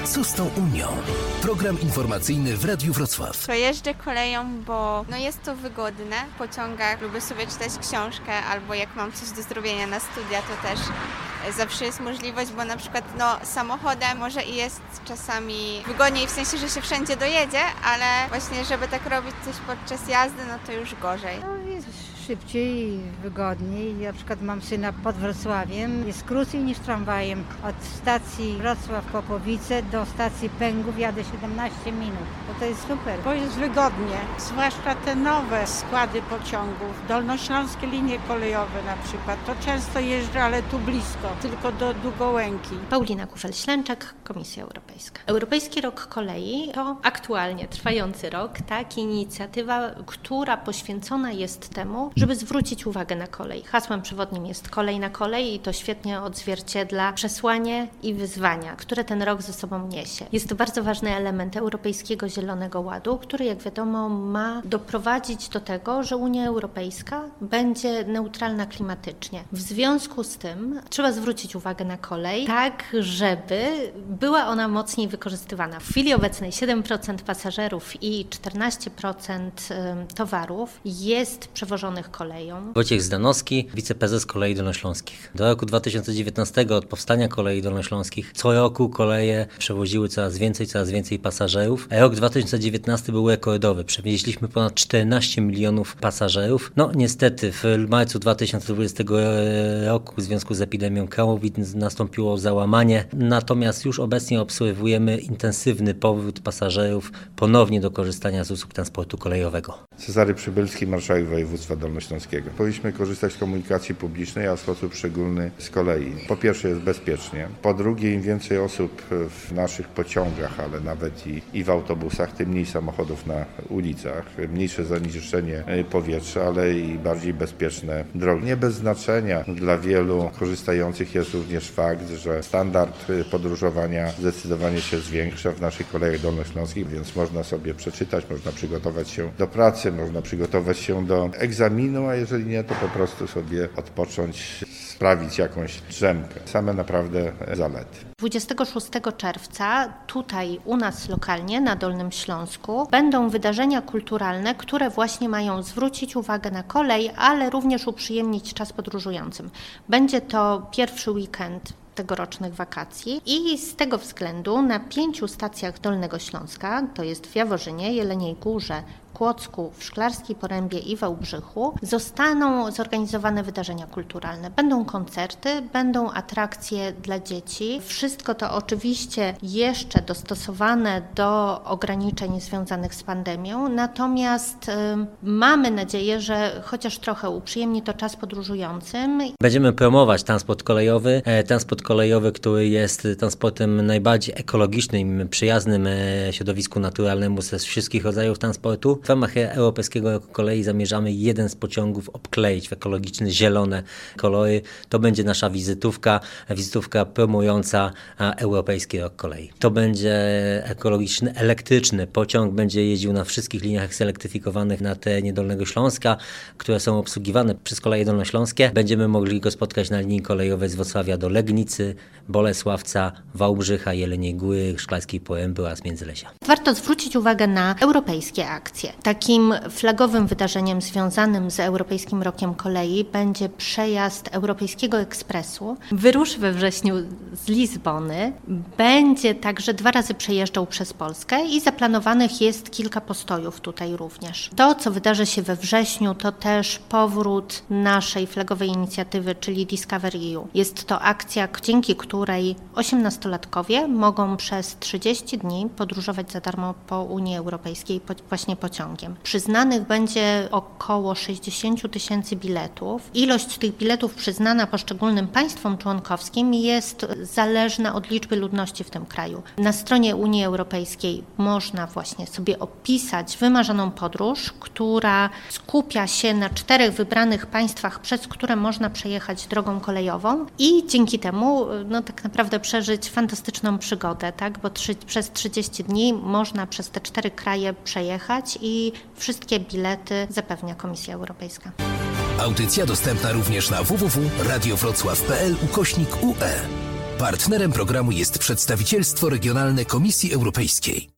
Co z tą Unią? Program informacyjny w Radiu Wrocław. To jeżdżę koleją, bo jest to wygodne. W pociągach lubię sobie czytać książkę, albo jak mam coś do zrobienia na studia, to też zawsze jest możliwość, bo na przykład samochodem może i jest czasami wygodniej, w sensie, że się wszędzie dojedzie, ale właśnie żeby tak robić coś podczas jazdy, to już gorzej. Jest szybciej i wygodniej. Ja na przykład mam syna pod Wrocławiem. Jest krócej niż tramwajem. Od stacji Wrocław-Popowice do stacji Pęgów jadę 17 minut. To jest super. Bo jest wygodnie, zwłaszcza te nowe składy pociągów, dolnośląskie linie kolejowe na przykład. To często jeżdżę, ale tu blisko, tylko do Długołęki. Paulina Kufel-Ślęczak, Komisja Europejska. Europejski Rok Kolei to aktualnie trwający rok, inicjatywa, która poświęcona jest temu, żeby zwrócić uwagę na kolej. Hasłem przewodnim jest kolej na kolei i to świetnie odzwierciedla przesłanie i wyzwania, które ten rok ze sobą niesie. Jest to bardzo ważny element Europejskiego Zielonego Ładu, który, jak wiadomo, ma doprowadzić do tego, że Unia Europejska będzie neutralna klimatycznie. W związku z tym trzeba zwrócić uwagę na kolej, tak żeby była ona mocniej wykorzystywana. W chwili obecnej 7% pasażerów i 14% towarów jest przewożonych koleją. Wojciech Zdanowski, wiceprezes Kolei Dolnośląskich. Do roku 2019 od powstania Kolei Dolnośląskich co roku koleje przewoziły coraz więcej pasażerów, a rok 2019 był rekordowy. Przewieźliśmy ponad 14 milionów pasażerów. Niestety w marcu 2020 roku w związku z epidemią COVID nastąpiło załamanie, natomiast już obecnie obserwujemy intensywny powrót pasażerów ponownie do korzystania z usług transportu kolejowego. Cezary Przybylski, marszałek województwa dolnośląskiego. Powinniśmy korzystać z komunikacji publicznej, a w sposób szczególny z kolei. Po pierwsze jest bezpiecznie, po drugie im więcej osób w naszych pociągach, ale nawet i w autobusach, tym mniej samochodów na ulicach, mniejsze zanieczyszczenie powietrza, ale i bardziej bezpieczne drogi. Nie bez znaczenia dla wielu korzystających jest również fakt, że standard podróżowania zdecydowanie się zwiększa w naszych kolejach dolnośląskich, więc można sobie przeczytać, można przygotować się do pracy, można przygotować się do egzaminu, a jeżeli nie, to po prostu sobie odpocząć, sprawić jakąś drzemkę. Same naprawdę zalety. 26 czerwca tutaj u nas lokalnie na Dolnym Śląsku będą wydarzenia kulturalne, które właśnie mają zwrócić uwagę na kolej, ale również uprzyjemnić czas podróżującym. Będzie to pierwszy weekend tegorocznych wakacji i z tego względu na 5 stacjach Dolnego Śląska, to jest w Jaworzynie, Jeleniej Górze, Kłodzku, w Szklarskiej Porębie i Wałbrzychu, zostaną zorganizowane wydarzenia kulturalne. Będą koncerty, będą atrakcje dla dzieci. Wszystko to oczywiście jeszcze dostosowane do ograniczeń związanych z pandemią, natomiast mamy nadzieję, że chociaż trochę uprzyjemni to czas podróżującym. Będziemy promować transport kolejowy, który jest transportem najbardziej ekologicznym, przyjaznym środowisku naturalnemu ze wszystkich rodzajów transportu. W ramach Europejskiego Roku Kolei zamierzamy jeden z pociągów obkleić w ekologiczne, zielone kolory. To będzie nasza wizytówka promująca Europejski Rok Kolei. To będzie ekologiczny, elektryczny pociąg, będzie jeździł na wszystkich liniach zelektryfikowanych na terenie Dolnego Śląska, które są obsługiwane przez Koleje Dolnośląskie. Będziemy mogli go spotkać na linii kolejowej z Wrocławia do Legnicy, Bolesławca, Wałbrzycha, Jeleniej Góry, Szklarskiej Poręby oraz Międzylesia. Warto zwrócić uwagę na europejskie akcje. Takim flagowym wydarzeniem związanym z Europejskim Rokiem Kolei będzie przejazd Europejskiego Ekspresu. Wyruszy we wrześniu z Lizbony. Będzie także 2 razy przejeżdżał przez Polskę i zaplanowanych jest kilka postojów tutaj również. To, co wydarzy się we wrześniu, to też powrót naszej flagowej inicjatywy, czyli Discover EU. Jest to akcja, dzięki której 18-latkowie mogą przez 30 dni podróżować za darmo po Unii Europejskiej właśnie pociągiem. Przyznanych będzie około 60 000 biletów. Ilość tych biletów przyznana poszczególnym państwom członkowskim jest zależna od liczby ludności w tym kraju. Na stronie Unii Europejskiej można właśnie sobie opisać wymarzoną podróż, która skupia się na 4 wybranych państwach, przez które można przejechać drogą kolejową i dzięki temu tak naprawdę przeżyć fantastyczną przygodę, tak? Bo przez 30 dni można przez te 4 kraje przejechać i wszystkie bilety zapewnia Komisja Europejska. Audycja dostępna również na www.radiowrocław.pl/UE. Partnerem programu jest przedstawicielstwo regionalne Komisji Europejskiej.